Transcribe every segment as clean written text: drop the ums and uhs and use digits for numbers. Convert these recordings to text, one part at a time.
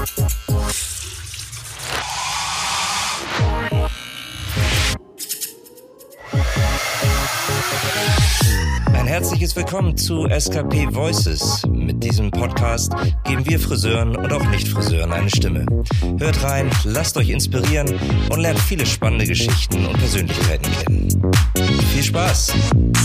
Ein herzliches Willkommen zu SKP Voices. Mit diesem Podcast geben wir Friseuren und auch Nicht-Friseuren eine Stimme. Hört rein, lasst euch inspirieren und lernt viele spannende Geschichten und Persönlichkeiten kennen. Viel Spaß!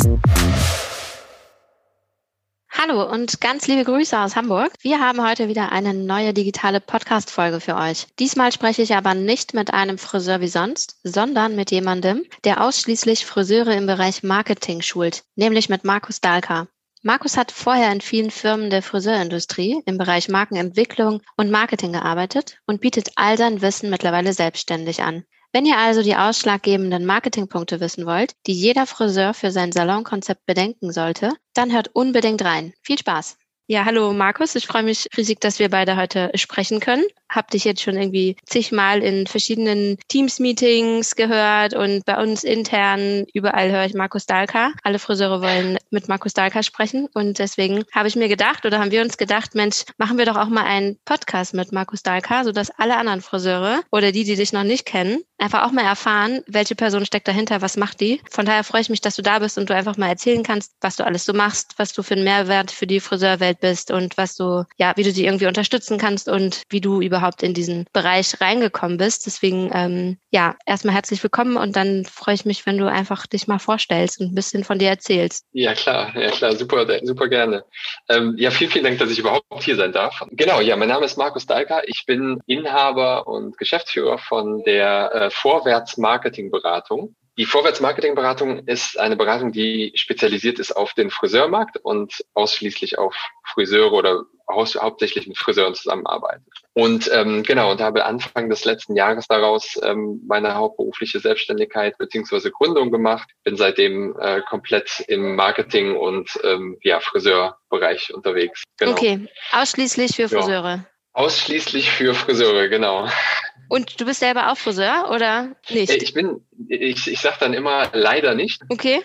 Hallo und ganz liebe Grüße aus Hamburg. Wir haben heute wieder eine neue digitale Podcast-Folge für euch. Diesmal spreche ich aber nicht mit einem Friseur wie sonst, sondern mit jemandem, der ausschließlich Friseure im Bereich Marketing schult, nämlich mit Markus Dahlka. Markus hat vorher in vielen Firmen der Friseurindustrie im Bereich Markenentwicklung und Marketing gearbeitet und bietet all sein Wissen mittlerweile selbstständig an. Wenn ihr also die ausschlaggebenden Marketingpunkte wissen wollt, die jeder Friseur für sein Salonkonzept bedenken sollte, dann hört unbedingt rein. Viel Spaß! Ja, hallo Markus, ich freue mich riesig, dass wir beide heute sprechen können. Hab dich jetzt schon irgendwie zigmal in verschiedenen Teams-Meetings gehört und bei uns intern überall höre ich Markus Dahlka. Alle Friseure wollen mit Markus Dahlka sprechen und deswegen haben wir uns gedacht, Mensch, machen wir doch auch mal einen Podcast mit Markus Dahlka, sodass alle anderen Friseure oder die dich noch nicht kennen, einfach auch mal erfahren, welche Person steckt dahinter, was macht die. Von daher freue ich mich, dass du da bist und du einfach mal erzählen kannst, was du alles so machst, was du für einen Mehrwert für die Friseurwelt bist und wie du sie irgendwie unterstützen kannst und wie du überhaupt in diesen Bereich reingekommen bist. Deswegen, erstmal herzlich willkommen und dann freue ich mich, wenn du einfach dich mal vorstellst und ein bisschen von dir erzählst. Ja klar, super gerne. Vielen Dank, dass ich überhaupt hier sein darf. Genau, mein Name ist Markus Dahlka. Ich bin Inhaber und Geschäftsführer von der Vorwärts Marketing Beratung. Die Vorwärts Marketing Beratung ist eine Beratung, die spezialisiert ist auf den Friseurmarkt und ausschließlich auf Friseure oder hauptsächlich mit Friseuren zusammenarbeitet. Und habe Anfang des letzten Jahres daraus meine hauptberufliche Selbstständigkeit bzw. Gründung gemacht. Bin seitdem komplett im Marketing und Friseurbereich unterwegs. Genau. Okay, ausschließlich für Friseure. Ja. Ausschließlich für Friseure, genau. Und du bist selber auch Friseur oder nicht? Ich sag dann immer leider nicht. Okay.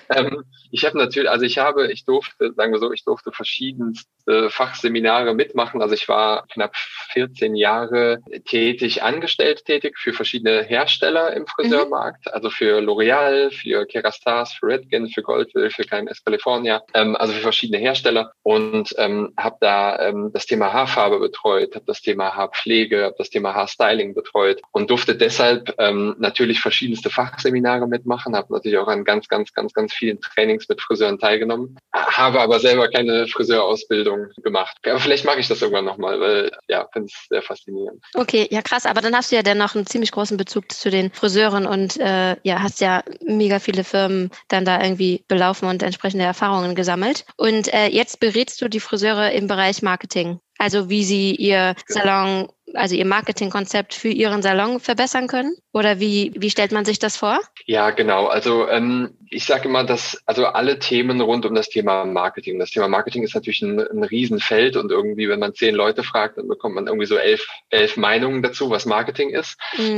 Ich durfte verschiedenste Fachseminare mitmachen. Also ich war knapp 14 Jahre angestellt für verschiedene Hersteller im Friseurmarkt. Also für L'Oreal, für Kerastase, für Redken, für Goldwill, für KMS California. Also für verschiedene Hersteller und habe da das Thema Haarfarbe betreut, habe das Thema Haarpflege, habe das Thema Haarstyling betreut und durfte deshalb natürlich verschiedenste Fachseminare mitmachen, habe natürlich auch an ganz vielen Trainings mit Friseuren teilgenommen, habe aber selber keine Friseurausbildung gemacht. Aber vielleicht mache ich das irgendwann nochmal, weil finde es sehr faszinierend. Okay, ja krass, aber dann hast du ja dennoch einen ziemlich großen Bezug zu den Friseuren und hast ja mega viele Firmen dann da irgendwie belaufen und entsprechende Erfahrungen gesammelt. Und jetzt berätst du die Friseure im Bereich Marketing. Also wie sie ihr Salon, also ihr Marketingkonzept für ihren Salon verbessern können? Oder wie stellt man sich das vor? Ja, genau. Also ich sage immer, dass alle Themen rund um das Thema Marketing. Das Thema Marketing ist natürlich ein Riesenfeld und irgendwie, wenn man 10 Leute fragt, dann bekommt man irgendwie so 11 Meinungen dazu, was Marketing ist.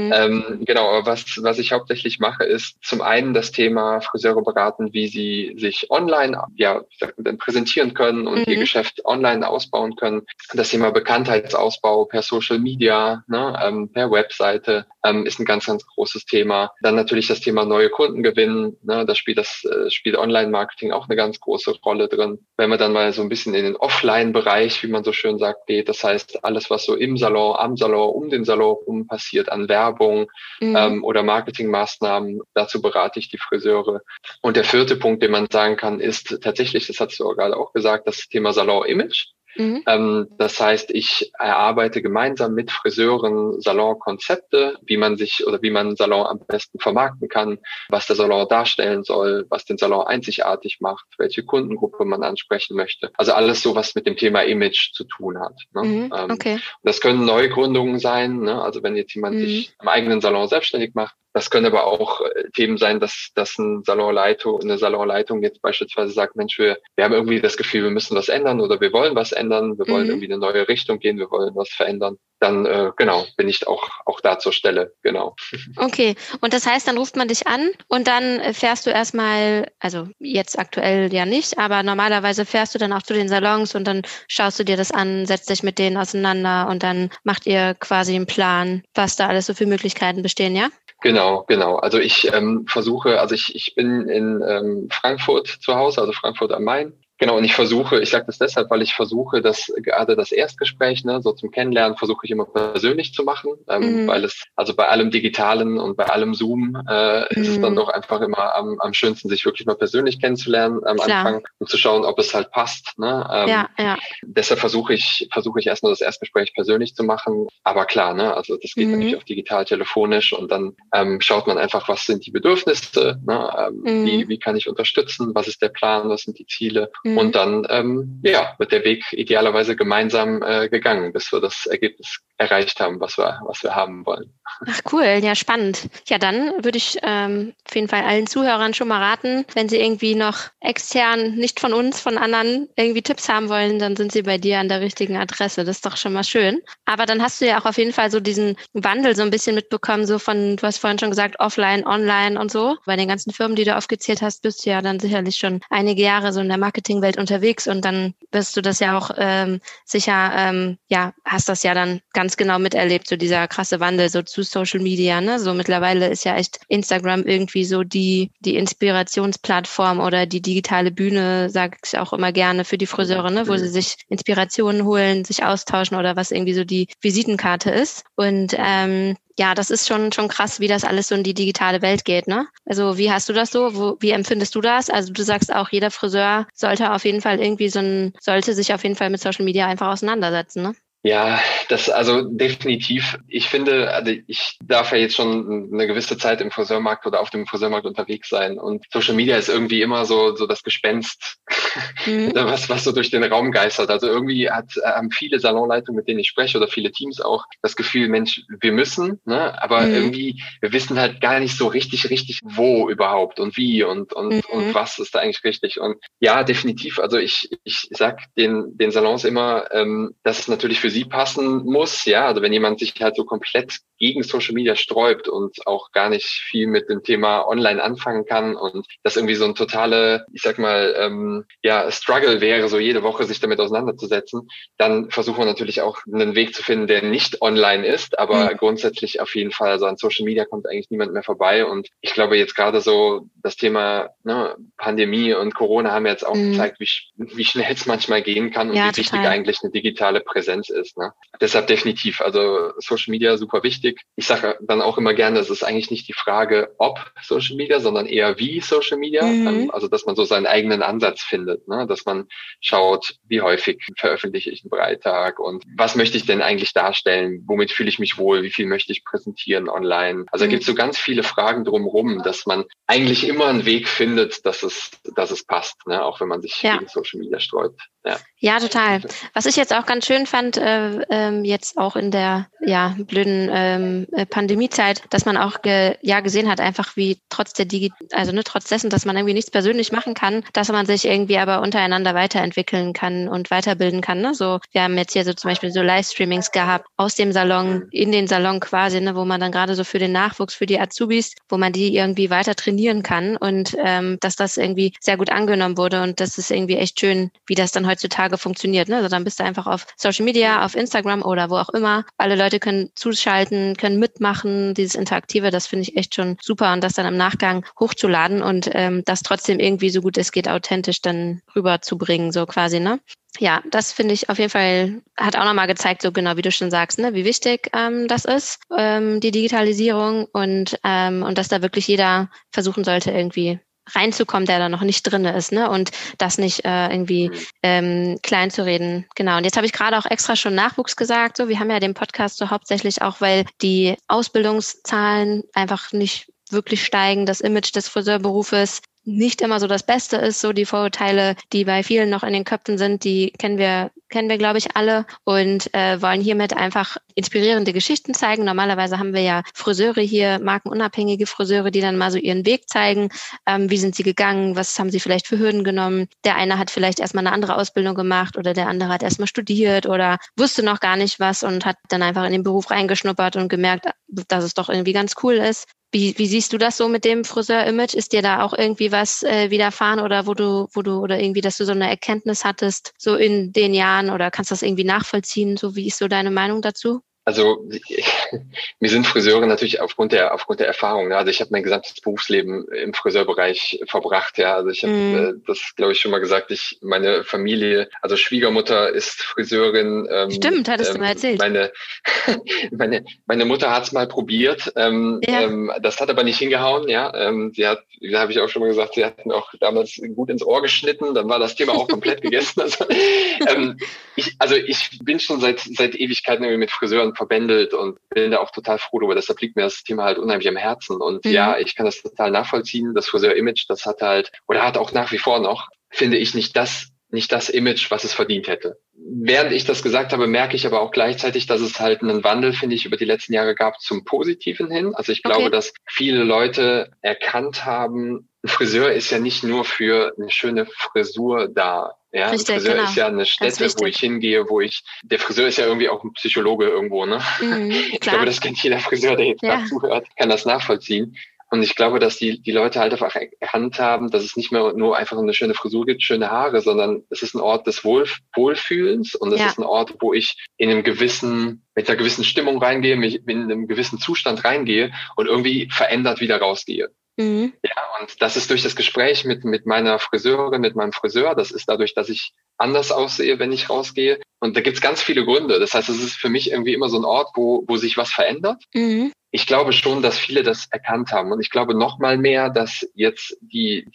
Aber was ich hauptsächlich mache, ist zum einen das Thema Friseure beraten, wie sie sich online präsentieren können und ihr Geschäft online ausbauen können. Das Thema Bekanntheitsausbau per Social Media, per Webseite ist ein ganz großes Thema. Dann natürlich das Thema neue Kunden gewinnen. Da spielt Online-Marketing auch eine ganz große Rolle drin. Wenn man dann mal so ein bisschen in den Offline-Bereich, wie man so schön sagt, geht, das heißt alles, was so im Salon, am Salon, um den Salon rum passiert, an Werbung oder Marketingmaßnahmen, dazu berate ich die Friseure. Und der 4. Punkt, den man sagen kann, ist tatsächlich, das hast du gerade auch gesagt, das Thema Salon-Image. Das heißt, ich erarbeite gemeinsam mit Friseuren Salonkonzepte, wie man Salon am besten vermarkten kann, was der Salon darstellen soll, was den Salon einzigartig macht, welche Kundengruppe man ansprechen möchte. Also alles so, was mit dem Thema Image zu tun hat. Okay. Das können Neugründungen sein. Also wenn jetzt jemand sich im eigenen Salon selbstständig macht, Das können aber auch Themen sein, dass eine Salonleitung jetzt beispielsweise sagt, Mensch, wir haben irgendwie das Gefühl, wir müssen was ändern oder wir wollen was ändern, wir wollen irgendwie eine neue Richtung gehen, wir wollen was verändern. Dann bin ich auch da zur Stelle, genau. Okay, und das heißt, dann ruft man dich an und dann fährst du erstmal, also jetzt aktuell ja nicht, aber normalerweise fährst du dann auch zu den Salons und dann schaust du dir das an, setzt dich mit denen auseinander und dann macht ihr quasi einen Plan, was da alles so für Möglichkeiten bestehen, ja? Genau. Also ich ich bin in Frankfurt zu Hause, also Frankfurt am Main. Genau, und ich sage das deshalb, weil ich versuche, dass gerade das Erstgespräch, so zum Kennenlernen, versuche ich immer persönlich zu machen, weil es, also bei allem Digitalen und bei allem Zoom ist es dann doch einfach immer am schönsten, sich wirklich mal persönlich kennenzulernen am Anfang und zu schauen, ob es halt passt. Ja. Deshalb versuche ich erstmal das Erstgespräch persönlich zu machen. Aber klar, also das geht natürlich auch digital, telefonisch und dann schaut man einfach, was sind die Bedürfnisse, wie kann ich unterstützen, was ist der Plan, was sind die Ziele. Und dann wird der Weg idealerweise gemeinsam gegangen, bis wir das Ergebnis erreicht haben, was wir haben wollen. Ach cool, ja spannend. Ja, dann würde ich auf jeden Fall allen Zuhörern schon mal raten, wenn sie irgendwie noch extern, nicht von uns, von anderen irgendwie Tipps haben wollen, dann sind sie bei dir an der richtigen Adresse. Das ist doch schon mal schön. Aber dann hast du ja auch auf jeden Fall so diesen Wandel so ein bisschen mitbekommen, so von, du hast vorhin schon gesagt, offline, online und so. Bei den ganzen Firmen, die du aufgezählt hast, bist du ja dann sicherlich schon einige Jahre so in der Marketingwelt unterwegs und dann wirst du das ja auch hast das ja dann ganz genau miterlebt, so dieser krasse Wandel so zu Social Media, ne? So mittlerweile ist ja echt Instagram irgendwie so die Inspirationsplattform oder die digitale Bühne, sage ich auch immer gerne, für die Friseure, ne? Wo sie sich Inspirationen holen, sich austauschen oder was irgendwie so die Visitenkarte ist. Und das ist schon krass, wie das alles so in die digitale Welt geht, ne? Also wie hast du das so? Wie empfindest du das? Also du sagst auch, jeder Friseur sollte sich auf jeden Fall mit Social Media einfach auseinandersetzen, ne? Ja, also definitiv. Ich finde, also ich darf ja jetzt schon eine gewisse Zeit im Friseurmarkt oder auf dem Friseurmarkt unterwegs sein und Social Media ist irgendwie immer so das Gespenst, was so durch den Raum geistert. Also irgendwie haben viele Salonleitungen, mit denen ich spreche oder viele Teams auch das Gefühl, Mensch, wir müssen, ne? Aber irgendwie, wir wissen halt gar nicht so richtig, wo überhaupt und wie und was ist da eigentlich richtig. Und ja, definitiv. Also ich sag den Salons immer, dass es natürlich für sie passen muss, ja, also wenn jemand sich halt so komplett gegen Social Media sträubt und auch gar nicht viel mit dem Thema Online anfangen kann und das irgendwie so ein totale, ich sag mal, Struggle wäre, so jede Woche sich damit auseinanderzusetzen, dann versuchen wir natürlich auch einen Weg zu finden, der nicht online ist, aber grundsätzlich auf jeden Fall, also an Social Media kommt eigentlich niemand mehr vorbei und ich glaube jetzt gerade so das Thema Pandemie und Corona haben jetzt auch gezeigt, wie schnell es manchmal gehen kann und wie wichtig eigentlich eine digitale Präsenz ist. Ne? Deshalb definitiv, also Social Media super wichtig. Ich sage dann auch immer gerne, es ist eigentlich nicht die Frage, ob Social Media, sondern eher wie Social Media. Also dass man so seinen eigenen Ansatz findet, ne? Dass man schaut, wie häufig veröffentliche ich einen Beitrag und was möchte ich denn eigentlich darstellen, womit fühle ich mich wohl, wie viel möchte ich präsentieren online. Also da gibt es so ganz viele Fragen drumherum, dass man eigentlich immer einen Weg findet, dass es passt, ne? Auch wenn man sich gegen Social Media sträubt. Ja, total. Was ich jetzt auch ganz schön fand, jetzt auch in der blöden Pandemiezeit, dass man auch gesehen hat, einfach wie trotz dessen, dass man irgendwie nichts persönlich machen kann, dass man sich irgendwie aber untereinander weiterentwickeln kann und weiterbilden kann. Ne? So, wir haben jetzt hier so zum Beispiel so Livestreamings gehabt aus dem Salon, in den Salon quasi, ne, wo man dann gerade so für den Nachwuchs, für die Azubis, wo man die irgendwie weiter trainieren kann und dass das irgendwie sehr gut angenommen wurde und das ist irgendwie echt schön, wie das dann heutzutage funktioniert. Ne? Also dann bist du einfach auf Social Media, auf Instagram oder wo auch immer. Alle Leute können zuschalten, können mitmachen. Dieses Interaktive, das finde ich echt schon super und das dann im Nachgang hochzuladen und das trotzdem irgendwie so gut es geht authentisch dann rüberzubringen, so quasi, ne? Ja, das finde ich auf jeden Fall, hat auch nochmal gezeigt, so genau wie du schon sagst, ne, wie wichtig das ist, die Digitalisierung und dass da wirklich jeder versuchen sollte, irgendwie reinzukommen, der da noch nicht drin ist, ne? Und das nicht irgendwie klein zu reden. Genau. Und jetzt habe ich gerade auch extra schon Nachwuchs gesagt. So, wir haben ja den Podcast so hauptsächlich auch, weil die Ausbildungszahlen einfach nicht wirklich steigen, das Image des Friseurberufes nicht immer so das Beste ist. So die Vorurteile, die bei vielen noch in den Köpfen sind, die kennen wir, glaube ich, alle und wollen hiermit einfach inspirierende Geschichten zeigen. Normalerweise haben wir ja Friseure hier, markenunabhängige Friseure, die dann mal so ihren Weg zeigen. Wie sind sie gegangen? Was haben sie vielleicht für Hürden genommen? Der eine hat vielleicht erstmal eine andere Ausbildung gemacht oder der andere hat erstmal studiert oder wusste noch gar nicht was und hat dann einfach in den Beruf reingeschnuppert und gemerkt, dass es doch irgendwie ganz cool ist. Wie siehst du das so mit dem Friseur-Image? Ist dir da auch irgendwie was widerfahren oder wo du oder irgendwie, dass du so eine Erkenntnis hattest, so in den Jahren oder kannst das irgendwie nachvollziehen? So, wie ist so deine Meinung dazu? Also mir sind Friseure natürlich aufgrund der Erfahrung. Also ich habe mein gesamtes Berufsleben im Friseurbereich verbracht. Ja, also ich habe das, glaube ich, schon mal gesagt. Meine Familie, also Schwiegermutter ist Friseurin. Stimmt, hattest du mal erzählt. Meine Mutter hat es mal probiert. Das hat aber nicht hingehauen. Ja, sie hat, da habe ich auch schon mal gesagt, sie hat mir auch damals gut ins Ohr geschnitten. Dann war das Thema auch komplett gegessen. Also ich bin schon seit Ewigkeiten irgendwie mit Friseuren verbändelt und bin da auch total froh darüber. Deshalb liegt mir das Thema halt unheimlich am Herzen. Und ja, ich kann das total nachvollziehen. Das Friseur-Image, das hat halt, oder hat auch nach wie vor noch, finde ich, nicht das Image, was es verdient hätte. Während ich das gesagt habe, merke ich aber auch gleichzeitig, dass es halt einen Wandel, finde ich, über die letzten Jahre gab zum Positiven hin. Also ich glaube, dass viele Leute erkannt haben, ein Friseur ist ja nicht nur für eine schöne Frisur da. Ja, richtig, ein Friseur ist ja eine Stätte, wo ich hingehe, der Friseur ist ja irgendwie auch ein Psychologe irgendwo, ne? Ich glaube, das kennt jeder Friseur, der jetzt gerade zuhört, kann das nachvollziehen. Und ich glaube, dass die Leute halt einfach erkannt haben, dass es nicht mehr nur einfach eine schöne Frisur gibt, schöne Haare, sondern es ist ein Ort des Wohlfühlens und es ist ein Ort, wo ich mit einer gewissen Stimmung reingehe, mich in einem gewissen Zustand reingehe und irgendwie verändert wieder rausgehe. Ja, und das ist durch das Gespräch mit meiner Friseurin, mit meinem Friseur, das ist dadurch, dass ich anders aussehe, wenn ich rausgehe. Und da gibt's ganz viele Gründe. Das heißt, es ist für mich irgendwie immer so ein Ort, wo sich was verändert. Ich glaube schon, dass viele das erkannt haben. Und ich glaube noch mal mehr, dass jetzt die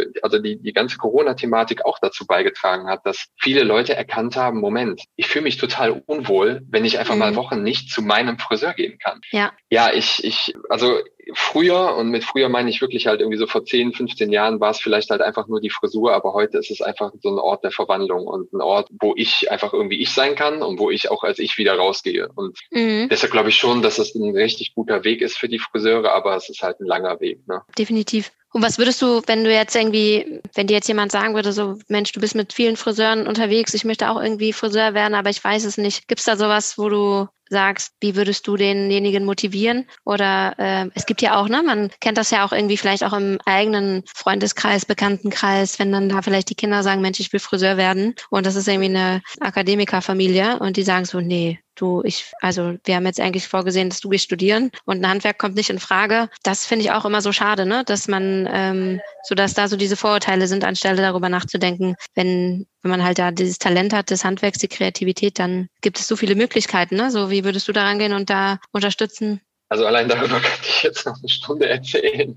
ganze Corona-Thematik auch dazu beigetragen hat, dass viele Leute erkannt haben, Moment, ich fühle mich total unwohl, wenn ich einfach mal Wochen nicht zu meinem Friseur gehen kann. Ja, also früher, und mit früher meine ich wirklich halt irgendwie so vor 10, 15 Jahren war es vielleicht halt einfach nur die Frisur, aber heute ist es einfach so ein Ort der Verwandlung und ein Ort, wo ich einfach irgendwie ich sein kann und wo ich auch als ich wieder rausgehe. Und deshalb glaube ich schon, dass es ein richtig guter Weg ist für die Friseure, aber es ist halt ein langer Weg. Ne? Definitiv. Und was würdest du, wenn dir jetzt jemand sagen würde, so, Mensch, du bist mit vielen Friseuren unterwegs, ich möchte auch irgendwie Friseur werden, aber ich weiß es nicht. Gibt's da sowas, wo du sagst, wie würdest du denjenigen motivieren? Oder es gibt ja auch, ne, man kennt das ja auch irgendwie vielleicht auch im eigenen Freundeskreis, Bekanntenkreis, wenn dann da vielleicht die Kinder sagen, Mensch, ich will Friseur werden und das ist irgendwie eine Akademikerfamilie und die sagen so, nee, wir haben jetzt eigentlich vorgesehen, dass du gehst studieren und ein Handwerk kommt nicht in Frage. Das finde ich auch immer so schade, ne, dass man, dass da so diese Vorurteile sind, anstelle darüber nachzudenken, wenn man halt da dieses Talent hat, des Handwerks, die Kreativität, dann gibt es so viele Möglichkeiten, ne? So, wie würdest du da rangehen und da unterstützen? Also allein darüber könnte ich jetzt noch eine Stunde erzählen.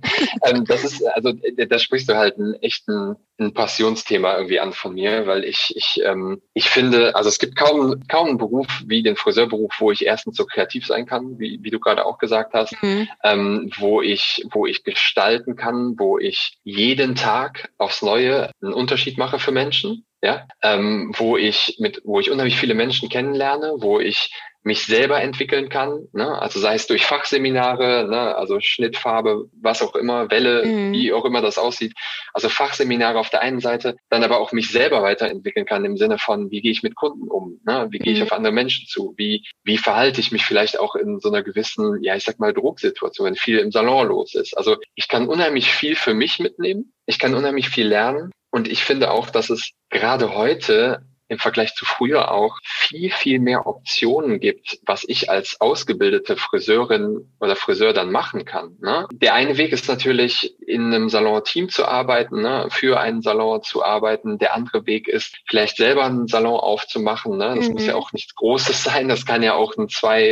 Da sprichst du halt ein Passionsthema irgendwie an von mir, weil ich finde, also es gibt kaum einen Beruf wie den Friseurberuf, wo ich erstens so kreativ sein kann, wie du gerade auch gesagt hast, wo ich gestalten kann, wo ich jeden Tag aufs Neue einen Unterschied mache für Menschen, ja, wo ich unheimlich viele Menschen kennenlerne, wo ich mich selber entwickeln kann, ne? Also sei es durch Fachseminare, ne? Also Schnittfarbe, was auch immer, Welle, wie auch immer das aussieht. Also Fachseminare auf der einen Seite, dann aber auch mich selber weiterentwickeln kann im Sinne von, wie gehe ich mit Kunden um, ne? Wie gehe ich auf andere Menschen zu, wie verhalte ich mich vielleicht auch in so einer gewissen, ja, ich sag mal Drucksituation, wenn viel im Salon los ist. Also ich kann unheimlich viel für mich mitnehmen, ich kann unheimlich viel lernen und ich finde auch, dass es gerade heute im Vergleich zu früher auch viel, viel mehr Optionen gibt, was ich als ausgebildete Friseurin oder Friseur dann machen kann. Ne? Der eine Weg ist natürlich, in einem Salon-Team zu arbeiten, ne? Für einen Salon zu arbeiten. Der andere Weg ist, vielleicht selber einen Salon aufzumachen. Ne? Das muss ja auch nichts Großes sein. Das kann ja auch ein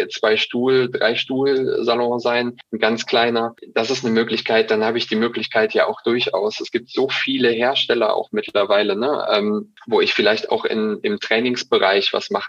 3-Stuhl-Salon sein, ein ganz kleiner. Das ist eine Möglichkeit. Dann habe ich die Möglichkeit ja auch durchaus. Es gibt so viele Hersteller auch mittlerweile, ne? Wo ich vielleicht auch im Trainingsbereich was machen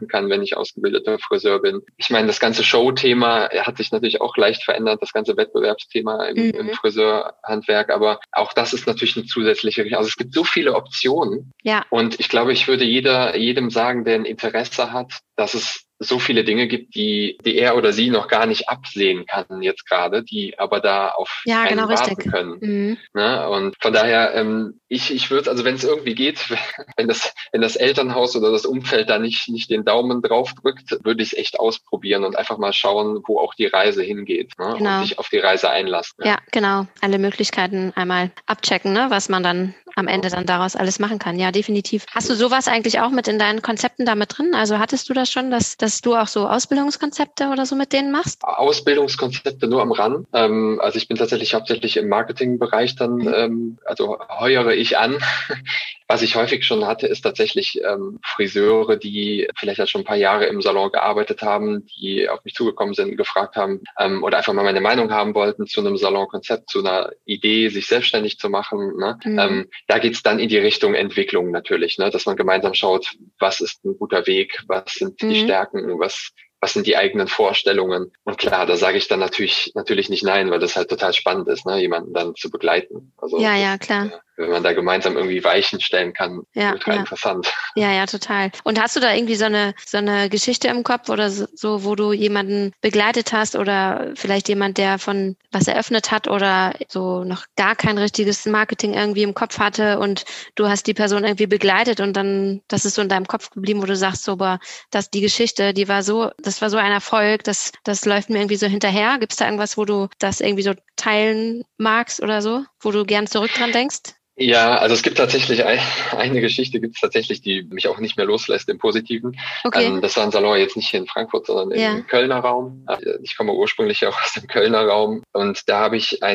machen kann, wenn ich ausgebildeter Friseur bin. Ich meine, das ganze Show-Thema hat sich natürlich auch leicht verändert, das ganze Wettbewerbsthema im Friseurhandwerk, aber auch das ist natürlich eine zusätzliche, also es gibt so viele Optionen. Ja. Und ich glaube, ich würde jedem sagen, der ein Interesse hat, dass es so viele Dinge gibt, die er oder sie noch gar nicht absehen kann jetzt gerade, die aber da auf einen warten können. Ne? Und von daher, ich würde, also wenn es irgendwie geht, wenn das Elternhaus oder das Umfeld da nicht den Daumen drauf drückt, würde ich es echt ausprobieren und einfach mal schauen, wo auch die Reise hingeht, ne? Genau. Und sich auf die Reise einlassen. Ja, genau. Alle Möglichkeiten einmal abchecken, ne? Was man dann am Ende dann daraus alles machen kann. Ja, definitiv. Hast du sowas eigentlich auch mit in deinen Konzepten da mit drin? Also hattest du das schon, dass du auch so Ausbildungskonzepte oder so mit denen machst? Ausbildungskonzepte nur am Rand. Also ich bin tatsächlich hauptsächlich im Marketingbereich dann, also heuere ich an. Was ich häufig schon hatte, ist tatsächlich Friseure, die vielleicht halt schon ein paar Jahre im Salon gearbeitet haben, die auf mich zugekommen sind, gefragt haben oder einfach mal meine Meinung haben wollten zu einem Salonkonzept, zu einer Idee, sich selbstständig zu machen. Ne? Da geht's dann in die Richtung Entwicklung natürlich, ne? Dass man gemeinsam schaut, was ist ein guter Weg, was sind die Stärken, was sind die eigenen Vorstellungen. Und klar, da sage ich dann natürlich nicht nein, weil das halt total spannend ist, ne, jemanden dann zu begleiten. Also ja, klar. Wenn man da gemeinsam irgendwie Weichen stellen kann, ultra interessant. Ja, total. Und hast du da irgendwie so eine Geschichte im Kopf oder so, wo du jemanden begleitet hast oder vielleicht jemand, der von was eröffnet hat oder so noch gar kein richtiges Marketing irgendwie im Kopf hatte und du hast die Person irgendwie begleitet und dann, das ist so in deinem Kopf geblieben, wo du sagst, so, boah, die Geschichte, das war so ein Erfolg, das läuft mir irgendwie so hinterher. Gibt es da irgendwas, wo du das irgendwie so teilen magst oder so, wo du gern zurück dran denkst? Ja, also es gibt tatsächlich eine Geschichte, die mich auch nicht mehr loslässt im Positiven. Okay. Das war ein Salon jetzt nicht hier in Frankfurt, sondern im Kölner Raum. Ich komme ursprünglich auch aus dem Kölner Raum und da habe ich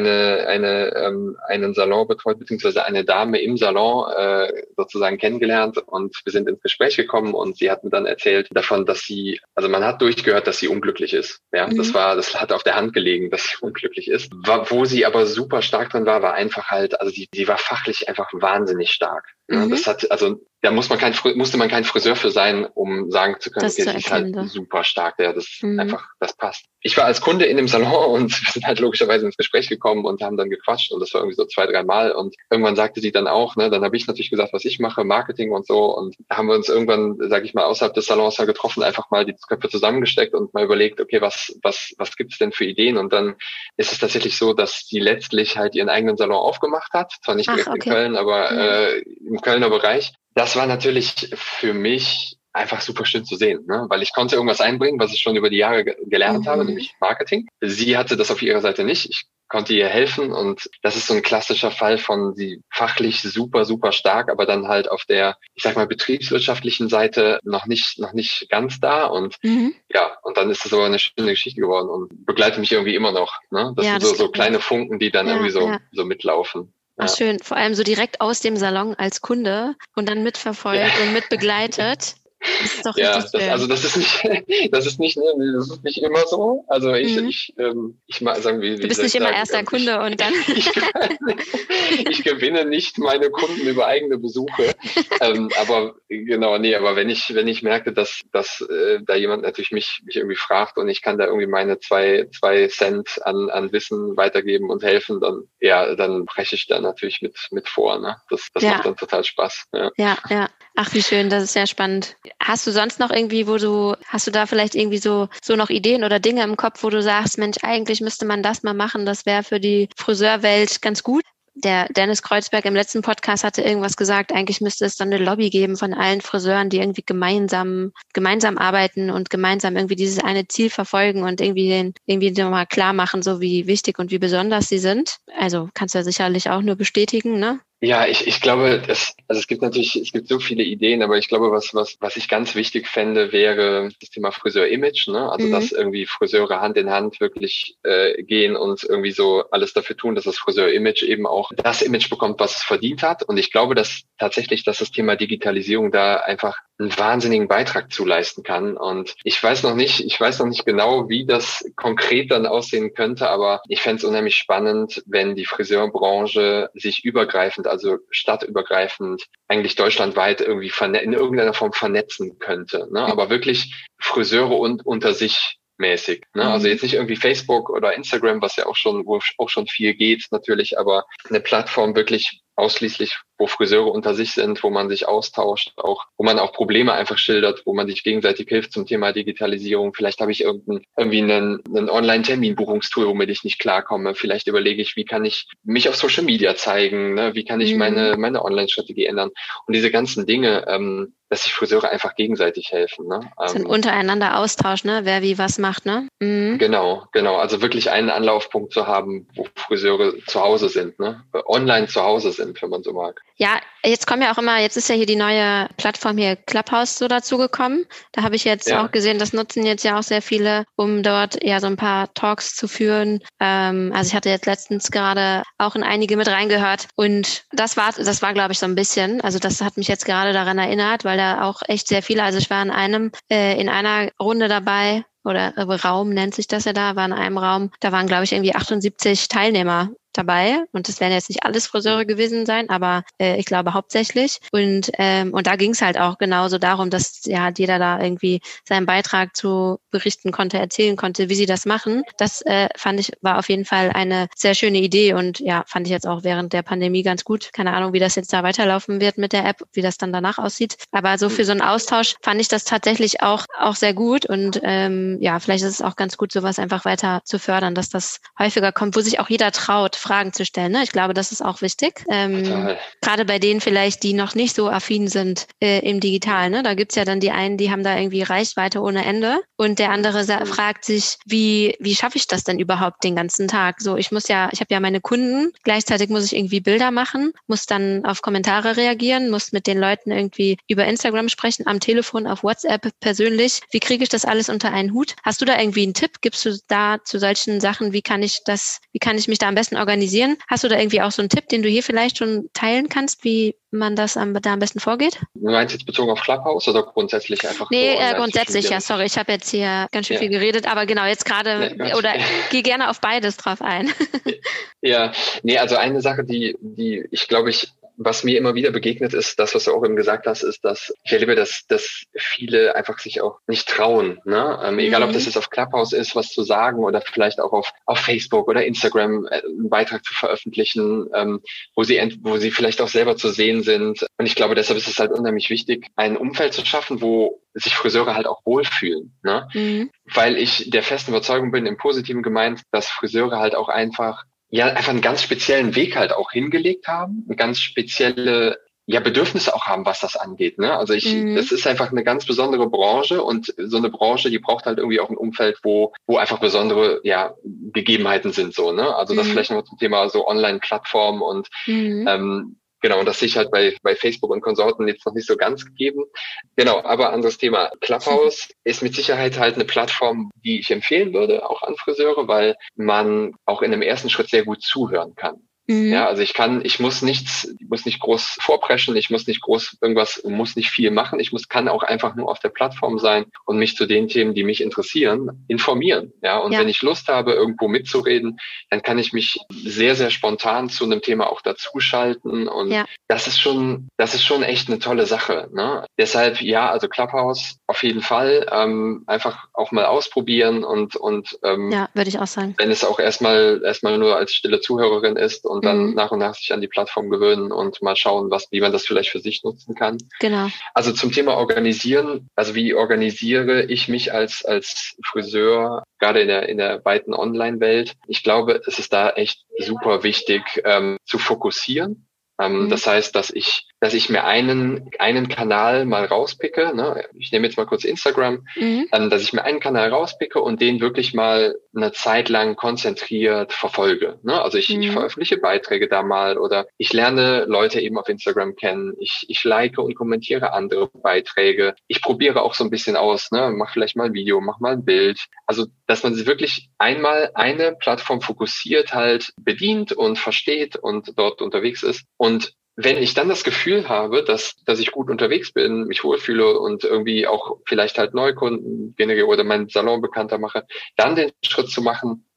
einen Salon betreut, beziehungsweise eine Dame im Salon sozusagen kennengelernt und wir sind ins Gespräch gekommen und sie hat mir dann erzählt davon, dass man hat durchgehört, dass sie unglücklich ist. Ja, das hat auf der Hand gelegen, dass sie unglücklich ist. Wo sie aber super stark drin war einfach halt, also sie war fachlich einfach wahnsinnig stark. Das da musste man kein Friseur für sein, um sagen zu können, okay, sie ist halt super stark, das passt. Ich war als Kunde in dem Salon und wir sind halt logischerweise ins Gespräch gekommen und haben dann gequatscht und das war irgendwie so 2-3 Mal und irgendwann sagte sie dann auch, ne, dann habe ich natürlich gesagt, was ich mache, Marketing und so und da haben wir uns irgendwann, sage ich mal, außerhalb des Salons mal getroffen, einfach mal die Köpfe zusammengesteckt und mal überlegt, okay, was gibt's denn für Ideen und dann ist es tatsächlich so, dass sie letztlich halt ihren eigenen Salon aufgemacht hat, zwar nicht direkt in Köln, aber im Kölner Bereich. Das war natürlich für mich einfach super schön zu sehen, ne? Weil ich konnte irgendwas einbringen, was ich schon über die Jahre gelernt habe, nämlich Marketing. Sie hatte das auf ihrer Seite nicht. Ich konnte ihr helfen und das ist so ein klassischer Fall von sie fachlich super, super stark, aber dann halt auf der, ich sag mal, betriebswirtschaftlichen Seite noch nicht ganz da und und dann ist das aber eine schöne Geschichte geworden und begleitet mich irgendwie immer noch, ne? Das sind so kleine Funken, die dann irgendwie so mitlaufen. Ach, schön. Vor allem so direkt aus dem Salon als Kunde und dann mitverfolgt und mitbegleitet. Das ist doch richtig schön. Das ist nicht immer so. Also ich mal sagen, wie du bist nicht immer erster Kunde und dann. Ich gewinne nicht meine Kunden über eigene Besuche. Aber wenn ich merke, dass da jemand natürlich mich irgendwie fragt und ich kann da irgendwie meine 2 Cent an Wissen weitergeben und helfen, dann breche ich da natürlich mit vor. Ne? Das macht dann total Spaß. Ja. Ach, wie schön, das ist sehr spannend. Hast du sonst noch irgendwie, hast du da vielleicht irgendwie so noch Ideen oder Dinge im Kopf, wo du sagst, Mensch, eigentlich müsste man das mal machen, das wäre für die Friseurwelt ganz gut? Der Dennis Kreuzberg im letzten Podcast hatte irgendwas gesagt, eigentlich müsste es dann eine Lobby geben von allen Friseuren, die irgendwie gemeinsam arbeiten und gemeinsam irgendwie dieses eine Ziel verfolgen und irgendwie nochmal klar machen, so wie wichtig und wie besonders sie sind. Also kannst du ja sicherlich auch nur bestätigen, ne? Ja, ich glaube, es gibt so viele Ideen, aber ich glaube, was ich ganz wichtig fände, wäre das Thema Friseur-Image, ne? Also, dass irgendwie Friseure Hand in Hand wirklich gehen und irgendwie so alles dafür tun, dass das Friseur-Image eben auch das Image bekommt, was es verdient hat. Und ich glaube, dass das Thema Digitalisierung da einfach einen wahnsinnigen Beitrag zu leisten kann. Und ich weiß noch nicht genau, wie das konkret dann aussehen könnte, aber ich fände es unheimlich spannend, wenn die Friseurbranche sich übergreifend also stadtübergreifend, eigentlich deutschlandweit irgendwie in irgendeiner Form vernetzen könnte. Ne? Aber wirklich Friseure und unter sich mäßig. Ne? Also jetzt nicht irgendwie Facebook oder Instagram, was ja auch schon, wo auch schon viel geht natürlich, aber eine Plattform wirklich ausschließlich, wo Friseure unter sich sind, wo man sich austauscht, auch wo man auch Probleme einfach schildert, wo man sich gegenseitig hilft zum Thema Digitalisierung. Vielleicht habe ich irgendwie einen Online-Terminbuchungstool, womit ich nicht klarkomme. Vielleicht überlege ich, wie kann ich mich auf Social Media zeigen, ne? Wie kann ich meine Online-Strategie ändern? Und diese ganzen Dinge, dass sich Friseure einfach gegenseitig helfen. Ne? So ein untereinander Austausch, ne? Wer wie was macht, ne? Genau. Also wirklich einen Anlaufpunkt zu haben, wo Friseure zu Hause sind, ne? Online zu Hause sind, wenn man so mag. Ja, jetzt ist ja hier die neue Plattform hier Clubhouse so dazugekommen. Da habe ich jetzt auch gesehen, das nutzen jetzt ja auch sehr viele, um dort so ein paar Talks zu führen. Also ich hatte jetzt letztens gerade auch in einige mit reingehört und das war, glaube ich, so ein bisschen, also das hat mich jetzt gerade daran erinnert, weil da auch echt sehr viele, also ich war in einer Runde dabei, oder Raum nennt sich das ja war in einem Raum, da waren, glaube ich, irgendwie 78 Teilnehmer dabei und das werden jetzt nicht alles Friseure gewesen sein, aber ich glaube hauptsächlich und da ging es halt auch genauso darum, dass halt jeder da irgendwie seinen Beitrag zu berichten konnte, erzählen konnte, wie sie das machen. Das fand ich, war auf jeden Fall eine sehr schöne Idee und fand ich jetzt auch während der Pandemie ganz gut. Keine Ahnung, wie das jetzt da weiterlaufen wird mit der App, wie das dann danach aussieht, aber so für so einen Austausch fand ich das tatsächlich auch sehr gut und vielleicht ist es auch ganz gut, sowas einfach weiter zu fördern, dass das häufiger kommt, wo sich auch jeder traut, Fragen zu stellen. Ne? Ich glaube, das ist auch wichtig. Gerade bei denen vielleicht, die noch nicht so affin sind im Digitalen. Ne? Da gibt's ja dann die einen, die haben da irgendwie Reichweite ohne Ende und der andere fragt sich, wie schaffe ich das denn überhaupt den ganzen Tag? So, ich habe ja meine Kunden, gleichzeitig muss ich irgendwie Bilder machen, muss dann auf Kommentare reagieren, muss mit den Leuten irgendwie über Instagram sprechen, am Telefon, auf WhatsApp persönlich. Wie kriege ich das alles unter einen Hut? Hast du da irgendwie einen Tipp? Gibst du da zu solchen Sachen, wie kann ich mich da am besten organisieren? Hast du da irgendwie auch so einen Tipp, den du hier vielleicht schon teilen kannst, wie man da am besten vorgeht? Du meinst jetzt bezogen auf Clubhouse oder grundsätzlich einfach? Nee, so grundsätzlich, ja, sorry, ich habe jetzt hier ganz schön viel geredet, aber genau, jetzt gerade, oder geh gerne auf beides drauf ein. Also eine Sache, die ich glaube, was mir immer wieder begegnet ist, das, was du auch eben gesagt hast, ist, dass ich erlebe, dass viele einfach sich auch nicht trauen. Ne? Egal, ob das jetzt auf Clubhouse ist, was zu sagen oder vielleicht auch auf Facebook oder Instagram einen Beitrag zu veröffentlichen, wo sie vielleicht auch selber zu sehen sind. Und ich glaube, deshalb ist es halt unheimlich wichtig, ein Umfeld zu schaffen, wo sich Friseure halt auch wohlfühlen. Ne? Weil ich der festen Überzeugung bin, im Positiven gemeint, dass Friseure halt auch einfach einen ganz speziellen Weg halt auch hingelegt haben, eine ganz spezielle Bedürfnisse auch haben, was das angeht. Ne? Also das ist einfach eine ganz besondere Branche und so eine Branche, die braucht halt irgendwie auch ein Umfeld, wo einfach besondere Gegebenheiten sind. So, ne? Also das vielleicht noch zum Thema so Online-Plattformen und genau, und das sehe ich halt bei Facebook und Konsorten jetzt noch nicht so ganz gegeben. Genau, aber anderes Thema. Clubhouse ist mit Sicherheit halt eine Plattform, die ich empfehlen würde, auch an Friseure, weil man auch in einem ersten Schritt sehr gut zuhören kann. Ja, also ich muss nicht groß vorpreschen, ich muss nicht viel machen, kann auch einfach nur auf der Plattform sein und mich zu den Themen, die mich interessieren, informieren. Ja, und wenn ich Lust habe, irgendwo mitzureden, dann kann ich mich sehr, sehr spontan zu einem Thema auch dazuschalten und das ist schon echt eine tolle Sache. Ne? Deshalb, also Clubhouse auf jeden Fall, einfach auch mal ausprobieren und würde ich auch sagen. Wenn es auch erstmal nur als stille Zuhörerin ist und dann nach und nach sich an die Plattform gewöhnen und mal schauen, wie man das vielleicht für sich nutzen kann. Genau. Also zum Thema Organisieren, also wie organisiere ich mich als Friseur, gerade in der weiten Online-Welt? Ich glaube, es ist da echt super wichtig, zu fokussieren. Das heißt, dass ich mir einen Kanal mal rauspicke, ne? Ich nehme jetzt mal kurz Instagram, dass ich mir einen Kanal rauspicke und den wirklich mal eine Zeit lang konzentriert verfolge. Ne? Also ich veröffentliche Beiträge da mal oder ich lerne Leute eben auf Instagram kennen. Ich like und kommentiere andere Beiträge. Ich probiere auch so ein bisschen aus, ne? Mach vielleicht mal ein Video, mach mal ein Bild. Also, dass man sich wirklich einmal eine Plattform fokussiert halt bedient und versteht und dort unterwegs ist. Und wenn ich dann das Gefühl habe, dass ich gut unterwegs bin, mich wohlfühle und irgendwie auch vielleicht halt Neukunden generiere oder meinen Salon bekannter mache, dann den Schritt zu machen,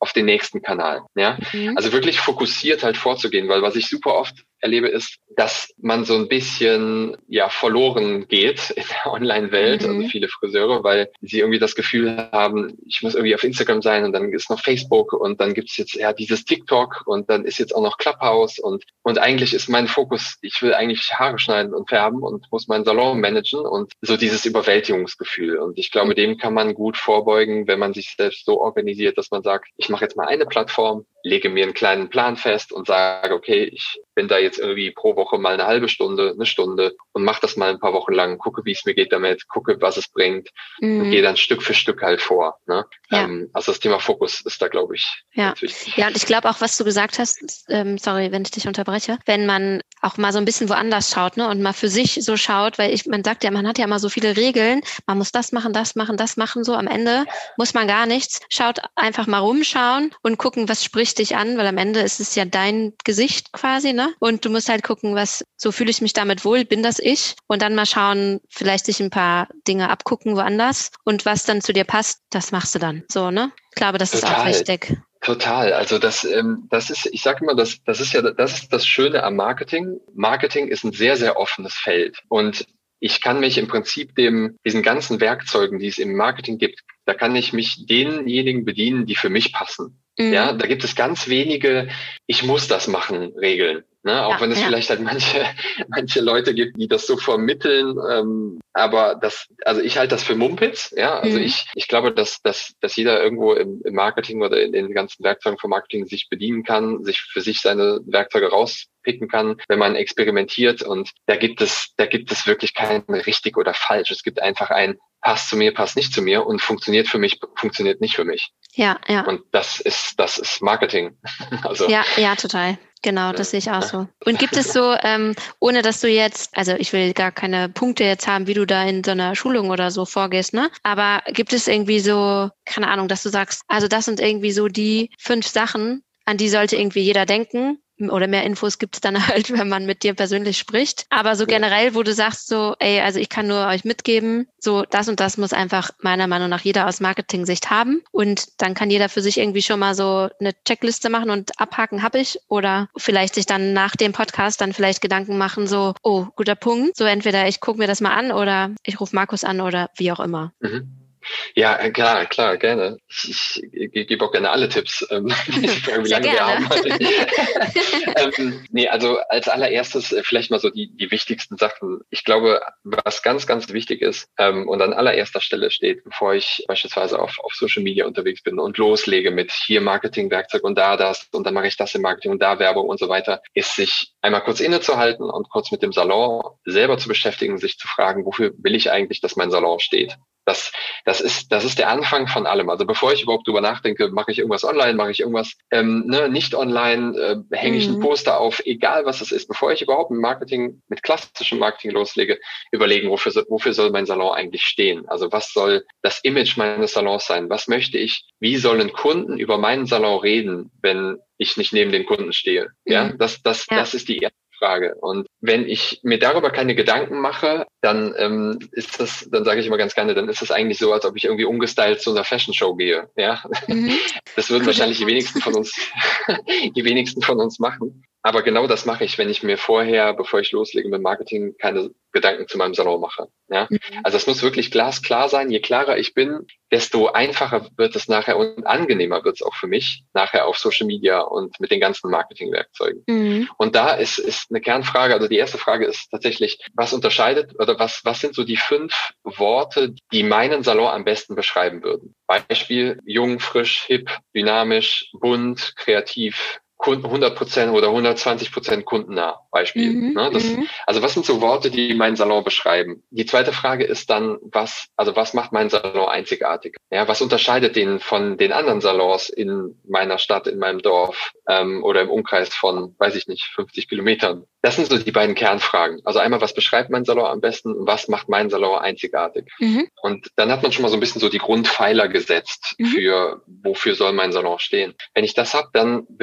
auf den nächsten Kanal. Ja, also wirklich fokussiert halt vorzugehen, weil was ich super oft erlebe, ist, dass man so ein bisschen verloren geht in der Online-Welt, also viele Friseure, weil sie irgendwie das Gefühl haben, ich muss irgendwie auf Instagram sein und dann ist noch Facebook und dann gibt's jetzt dieses TikTok und dann ist jetzt auch noch Clubhouse und eigentlich ist mein Fokus, ich will eigentlich Haare schneiden und färben und muss meinen Salon managen und so dieses Überwältigungsgefühl. Und ich glaube, dem kann man gut vorbeugen, wenn man sich selbst so organisiert, dass man sagt, ich mache jetzt mal eine Plattform, lege mir einen kleinen Plan fest und sage, okay, ich bin da jetzt irgendwie pro Woche mal eine halbe Stunde, eine Stunde und mache das mal ein paar Wochen lang, gucke, wie es mir geht damit, gucke, was es bringt und gehe dann Stück für Stück halt vor. Ne? Ja. Also das Thema Fokus ist da, glaube ich, ganz wichtig. Ja, und ich glaube auch, was du gesagt hast, sorry, wenn ich dich unterbreche, wenn man auch mal so ein bisschen woanders schaut, ne, und mal für sich so schaut, weil man sagt ja, man hat ja immer so viele Regeln, man muss das machen, das machen, so am Ende muss man gar nichts. Schaut einfach mal rumschauen und gucken, was spricht dich an, weil am Ende ist es ja dein Gesicht quasi, ne? Und du musst halt gucken, so fühle ich mich damit wohl, bin das ich? Und dann mal schauen, vielleicht sich ein paar Dinge abgucken woanders und was dann zu dir passt, das machst du dann. So, ne? Ich glaube, das ist auch wichtig. Total. Also das ist, ich sage immer, das ist das Schöne am Marketing. Marketing ist ein sehr, sehr offenes Feld. Und ich kann mich im Prinzip diesen ganzen Werkzeugen, die es im Marketing gibt, da kann ich mich denjenigen bedienen, die für mich passen. Ja, da gibt es ganz wenige, ich muss das machen, Regeln. Ne? Auch wenn es vielleicht halt manche Leute gibt, die das so vermitteln. Aber also ich halte das für Mumpitz. Ja, also ich glaube, dass jeder irgendwo im Marketing oder in den ganzen Werkzeugen von Marketing sich bedienen kann, sich für sich seine Werkzeuge rauspicken kann, wenn man experimentiert. Und da gibt es wirklich kein richtig oder falsch. Es gibt einfach ein passt zu mir, passt nicht zu mir und funktioniert für mich, funktioniert nicht für mich. Ja. Und das ist Marketing. Also. Ja, total. Genau, das sehe ich auch so. Und gibt es so, ohne dass du jetzt, also ich will gar keine Punkte jetzt haben, wie du da in so einer Schulung oder so vorgehst, ne? Aber gibt es irgendwie so, keine Ahnung, dass du sagst, also das sind irgendwie so die 5 Sachen, an die sollte irgendwie jeder denken? Oder mehr Infos gibt es dann halt, wenn man mit dir persönlich spricht. Aber so generell, wo du sagst so, also ich kann nur euch mitgeben, so das und das muss einfach meiner Meinung nach jeder aus Marketing-Sicht haben. Und dann kann jeder für sich irgendwie schon mal so eine Checkliste machen und abhaken, habe ich. Oder vielleicht sich dann nach dem Podcast dann vielleicht Gedanken machen, so, oh, guter Punkt. So entweder ich gucke mir das mal an oder ich rufe Markus an oder wie auch immer. Ja, klar, gerne. Ich gebe auch gerne alle Tipps, wie lange wir haben. Also als allererstes vielleicht mal so die wichtigsten Sachen. Ich glaube, was ganz, ganz wichtig ist und an allererster Stelle steht, bevor ich beispielsweise auf Social Media unterwegs bin und loslege mit hier Marketingwerkzeug und da das und dann mache ich das im Marketing und da Werbung und so weiter, ist sich einmal kurz innezuhalten und kurz mit dem Salon selber zu beschäftigen, sich zu fragen, wofür will ich eigentlich, dass mein Salon steht? Das ist der Anfang von allem. Also bevor ich überhaupt drüber nachdenke, mache ich irgendwas online, mache ich irgendwas nicht online, hänge ich ein Poster auf, egal was es ist. Bevor ich überhaupt mit klassischem Marketing loslege, überlegen, wofür soll mein Salon eigentlich stehen? Also was soll das Image meines Salons sein? Was möchte ich? Wie sollen Kunden über meinen Salon reden, wenn ich nicht neben den Kunden stehe? Ja, das ist die erste Frage. Und wenn ich mir darüber keine Gedanken mache, dann dann sage ich immer ganz gerne, dann ist es eigentlich so, als ob ich irgendwie umgestylt zu einer Fashion Show gehe. Ja, das würden wahrscheinlich die wenigsten von uns machen. Aber genau das mache ich, wenn ich mir vorher, bevor ich loslege mit Marketing, keine Gedanken zu meinem Salon mache. Ja, also es muss wirklich glasklar sein. Je klarer ich bin, desto einfacher wird es nachher und angenehmer wird es auch für mich nachher auf Social Media und mit den ganzen Marketingwerkzeugen. Und da ist eine Kernfrage. Also die erste Frage ist tatsächlich, was unterscheidet oder was sind so die 5 Worte, die meinen Salon am besten beschreiben würden? Beispiel: jung, frisch, hip, dynamisch, bunt, kreativ, 100% oder 120% kundennah, Beispiel. Also was sind so Worte, die meinen Salon beschreiben? Die zweite Frage ist dann, was macht meinen Salon einzigartig? Ja, was unterscheidet den von den anderen Salons in meiner Stadt, in meinem Dorf oder im Umkreis von, 50 Kilometern? Das sind so die beiden Kernfragen. Also einmal, was beschreibt mein Salon am besten und was macht meinen Salon einzigartig? Und dann hat man schon mal so ein bisschen so die Grundpfeiler gesetzt für, wofür soll mein Salon stehen. Wenn ich das habe, dann wirklich das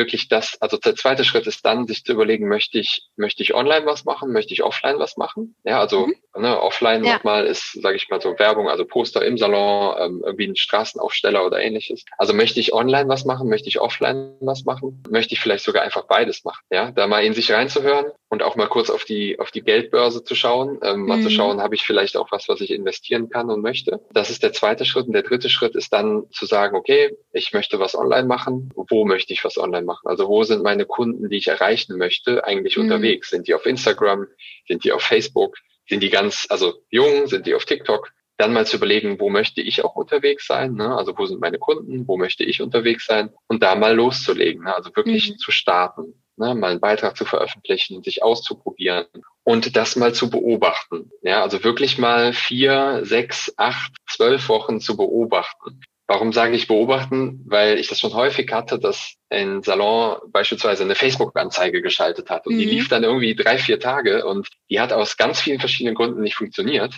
also der zweite Schritt ist dann, sich zu überlegen, möchte ich online was machen, möchte ich offline was machen? Ja, also offline nochmal ist, sage ich mal, so Werbung, also Poster im Salon, irgendwie ein Straßenaufsteller oder ähnliches. Also möchte ich online was machen, möchte ich offline was machen, möchte ich vielleicht sogar einfach beides machen, ja, da mal in sich reinzuhören und auch mal kurz auf die Geldbörse zu schauen, mal zu schauen, habe ich vielleicht auch was ich investieren kann und möchte. Das ist der zweite Schritt. Und der dritte Schritt ist dann zu sagen, okay, ich möchte was online machen. Wo möchte ich was online machen? Also wo sind meine Kunden, die ich erreichen möchte, eigentlich unterwegs? Sind die auf Instagram? Sind die auf Facebook? Sind die jung? Sind die auf TikTok? Dann mal zu überlegen, wo möchte ich auch unterwegs sein? Ne? Also wo sind meine Kunden? Wo möchte ich unterwegs sein? Und da mal loszulegen, ne? Also wirklich zu starten. Ne, mal einen Beitrag zu veröffentlichen, sich auszuprobieren und das mal zu beobachten. Ja, also wirklich mal 4, 6, 8, 12 Wochen zu beobachten. Warum sage ich beobachten? Weil ich das schon häufig hatte, dass ein Salon beispielsweise eine Facebook-Anzeige geschaltet hat und die lief dann irgendwie 3, 4 Tage und die hat aus ganz vielen verschiedenen Gründen nicht funktioniert.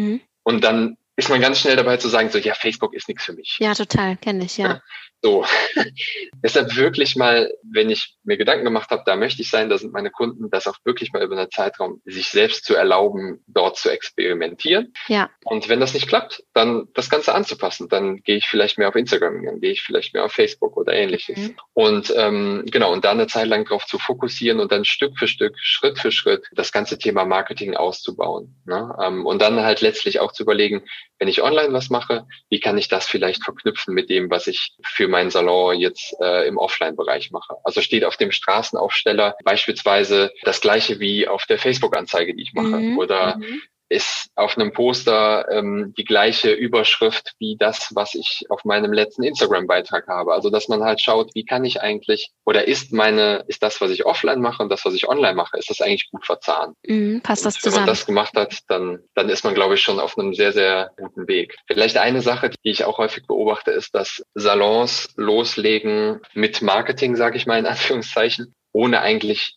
Und dann ist man ganz schnell dabei zu sagen, so, ja, Facebook ist nichts für mich. Ja, total, kenne ich, ja. So, deshalb wirklich mal, wenn ich mir Gedanken gemacht habe, da möchte ich sein, da sind meine Kunden, das auch wirklich mal über einen Zeitraum sich selbst zu erlauben, dort zu experimentieren. Ja. Und wenn das nicht klappt, dann das Ganze anzupassen. Dann gehe ich vielleicht mehr auf Instagram, dann gehe ich vielleicht mehr auf Facebook oder ähnliches. Und und da eine Zeit lang drauf zu fokussieren und dann Stück für Stück, Schritt für Schritt das ganze Thema Marketing auszubauen. Ne? Und dann halt letztlich auch zu überlegen, wenn ich online was mache, wie kann ich das vielleicht verknüpfen mit dem, was ich für meinen Salon jetzt im Offline-Bereich mache. Also steht auf dem Straßenaufsteller beispielsweise das Gleiche wie auf der Facebook-Anzeige, die ich mache. Oder ist auf einem Poster die gleiche Überschrift wie das, was ich auf meinem letzten Instagram-Beitrag habe. Also dass man halt schaut, wie kann ich eigentlich, oder ist das, was ich offline mache und das, was ich online mache, ist das eigentlich gut verzahnt? Passt das zusammen? Wenn man das gemacht hat, dann ist man, glaube ich, schon auf einem sehr, sehr guten Weg. Vielleicht eine Sache, die ich auch häufig beobachte, ist, dass Salons loslegen mit Marketing, sage ich mal in Anführungszeichen, ohne eigentlich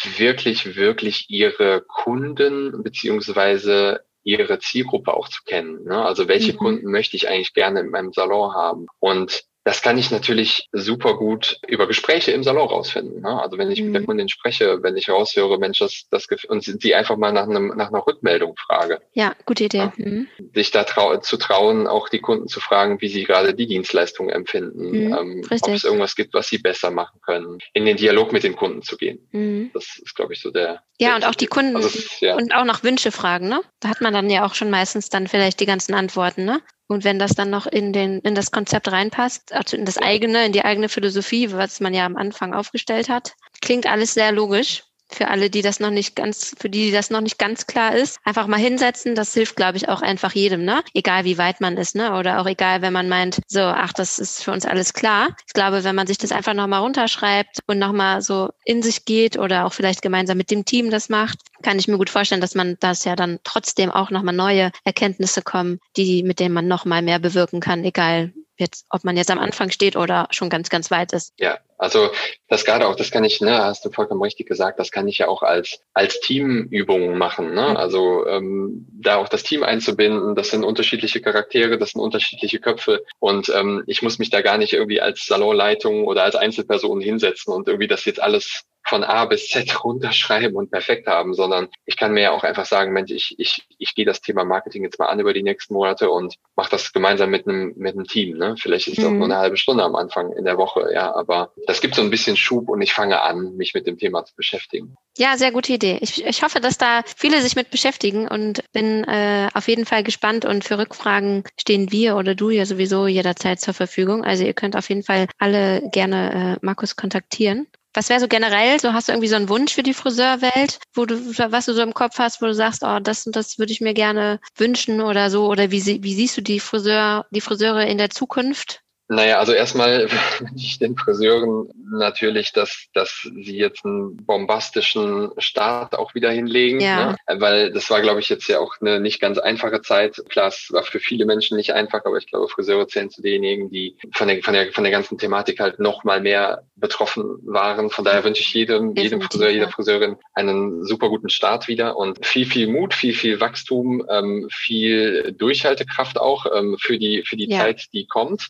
wirklich ihre Kunden beziehungsweise ihre Zielgruppe auch zu kennen. Ne? Also welche Kunden möchte ich eigentlich gerne in meinem Salon haben? Und das kann ich natürlich super gut über Gespräche im Salon rausfinden. Ne? Also wenn ich mit der Kundin spreche, wenn ich raushöre, Mensch, und sie einfach mal nach einer Rückmeldung frage. Ja, gute Idee. Ja? Sich da zu trauen, auch die Kunden zu fragen, wie sie gerade die Dienstleistung empfinden, ob es irgendwas gibt, was sie besser machen können, in den Dialog mit den Kunden zu gehen. Das ist, glaube ich, so der... Ja, und auch die Kunden und auch nach Wünsche fragen, ne? Da hat man dann ja auch schon meistens dann vielleicht die ganzen Antworten, ne? Und wenn das dann noch in das Konzept reinpasst, also in die eigene Philosophie, was man ja am Anfang aufgestellt hat, klingt alles sehr logisch. Für alle, für die das noch nicht ganz klar ist, einfach mal hinsetzen, das hilft, glaube ich, auch einfach jedem, ne? Egal wie weit man ist, ne? Oder auch egal, wenn man meint, so, das ist für uns alles klar. Ich glaube, wenn man sich das einfach nochmal runterschreibt und nochmal so in sich geht oder auch vielleicht gemeinsam mit dem Team das macht, kann ich mir gut vorstellen, dass man das ja dann trotzdem auch nochmal neue Erkenntnisse kommen, mit denen man nochmal mehr bewirken kann, egal jetzt, ob man jetzt am Anfang steht oder schon ganz, ganz weit ist. Ja, also das gerade auch, das kann ich, hast du vollkommen richtig gesagt, das kann ich ja auch als Teamübung machen. Ne? Also da auch das Team einzubinden, das sind unterschiedliche Charaktere, das sind unterschiedliche Köpfe und ich muss mich da gar nicht irgendwie als Salonleitung oder als Einzelperson hinsetzen und irgendwie das jetzt alles von A bis Z runterschreiben und perfekt haben, sondern ich kann mir ja auch einfach sagen, Mensch, ich gehe das Thema Marketing jetzt mal an über die nächsten Monate und mache das gemeinsam mit einem Team. Ne? Vielleicht ist es auch nur eine halbe Stunde am Anfang in der Woche, ja, aber das gibt so ein bisschen Schub und ich fange an, mich mit dem Thema zu beschäftigen. Ja, sehr gute Idee. Ich hoffe, dass da viele sich mit beschäftigen und bin auf jeden Fall gespannt und für Rückfragen stehen wir oder du ja sowieso jederzeit zur Verfügung. Also ihr könnt auf jeden Fall alle gerne Markus kontaktieren. Was wäre so generell, so hast du irgendwie so einen Wunsch für die Friseurwelt, was du so im Kopf hast, wo du sagst, das und das würde ich mir gerne wünschen oder so, oder wie siehst du die Friseure in der Zukunft? Naja, also erstmal wünsche ich den Friseuren natürlich, dass sie jetzt einen bombastischen Start auch wieder hinlegen, ne? Weil das war, glaube ich, jetzt ja auch eine nicht ganz einfache Zeit. Klar, es war für viele Menschen nicht einfach, aber ich glaube, Friseure zählen zu denjenigen, die von der ganzen Thematik halt noch mal mehr betroffen waren. Von daher wünsche ich jedem Friseur, jeder Friseurin einen super guten Start wieder und viel Mut, viel Wachstum, viel Durchhaltekraft auch für die Zeit, die kommt. Optimismus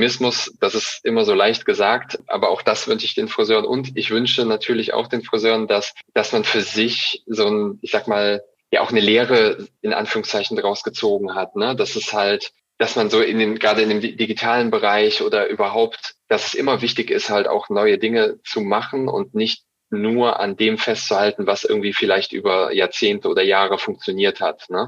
Optimismus, das ist immer so leicht gesagt, aber auch das wünsche ich den Friseuren und ich wünsche natürlich auch den Friseuren, dass man für sich so ein, ich sag mal, ja auch eine Lehre in Anführungszeichen draus gezogen hat, ne? Das ist halt, dass man so gerade in dem digitalen Bereich oder überhaupt, dass es immer wichtig ist, halt auch neue Dinge zu machen und nicht nur an dem festzuhalten, was irgendwie vielleicht über Jahrzehnte oder Jahre funktioniert hat, ne?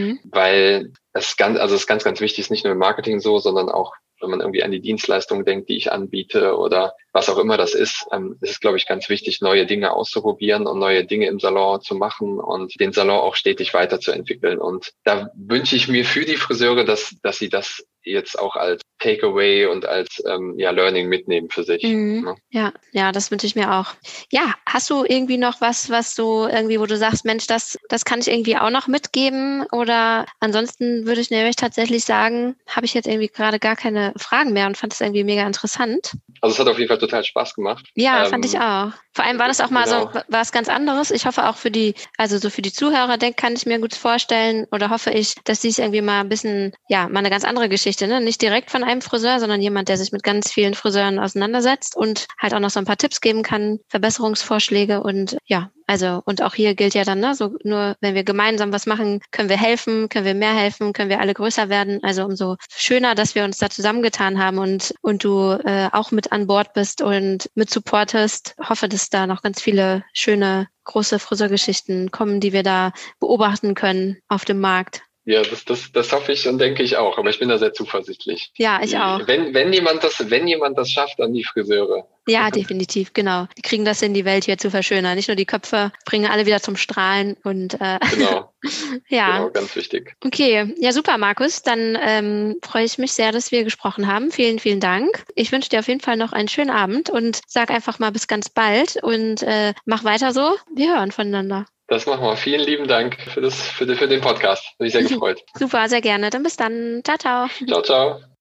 Weil es ist ganz, ganz wichtig, ist nicht nur im Marketing so, sondern auch, wenn man irgendwie an die Dienstleistungen denkt, die ich anbiete oder was auch immer das ist es, glaube ich, ganz wichtig, neue Dinge auszuprobieren und neue Dinge im Salon zu machen und den Salon auch stetig weiterzuentwickeln. Und da wünsche ich mir für die Friseure, dass sie das jetzt auch als Takeaway und als Learning mitnehmen für sich. Ne? Ja, das wünsche ich mir auch. Ja, hast du irgendwie noch was du irgendwie, wo du sagst, Mensch, das kann ich irgendwie auch noch mitgeben? Oder ansonsten würde ich nämlich tatsächlich sagen, habe ich jetzt irgendwie gerade gar keine Fragen mehr und fand es irgendwie mega interessant. Also es hat auf jeden Fall total Spaß gemacht. Ja, fand ich auch. Vor allem war das auch mal so was ganz anderes. Ich hoffe auch für die Zuhörer, kann ich mir gut vorstellen oder hoffe ich, dass sie es irgendwie mal ein bisschen, mal eine ganz andere Geschichte, ne? Nicht direkt von einem Friseur, sondern jemand, der sich mit ganz vielen Friseuren auseinandersetzt und halt auch noch so ein paar Tipps geben kann, Verbesserungsvorschläge und und auch hier gilt ja dann, ne, so nur wenn wir gemeinsam was machen, können wir helfen, können wir mehr helfen, können wir alle größer werden. Also umso schöner, dass wir uns da zusammengetan haben und du auch mit an Bord bist und mit supportest. Hoffe, dass da noch ganz viele schöne, große Friseurgeschichten kommen, die wir da beobachten können auf dem Markt. Ja, das hoffe ich und denke ich auch, aber ich bin da sehr zuversichtlich. Ja, ich auch. Wenn jemand das schafft, dann die Friseure. Ja, definitiv, genau. Die kriegen das in die Welt hier zu verschönern. Nicht nur die Köpfe, bringen alle wieder zum Strahlen und Genau. Ja. Genau, ganz wichtig. Okay, ja super, Markus. Dann freue ich mich sehr, dass wir gesprochen haben. Vielen, vielen Dank. Ich wünsche dir auf jeden Fall noch einen schönen Abend und sag einfach mal bis ganz bald und mach weiter so. Wir hören voneinander. Das machen wir. Vielen lieben Dank für den Podcast. Bin ich sehr gefreut. Super, sehr gerne. Dann bis dann. Ciao, ciao. Ciao, ciao.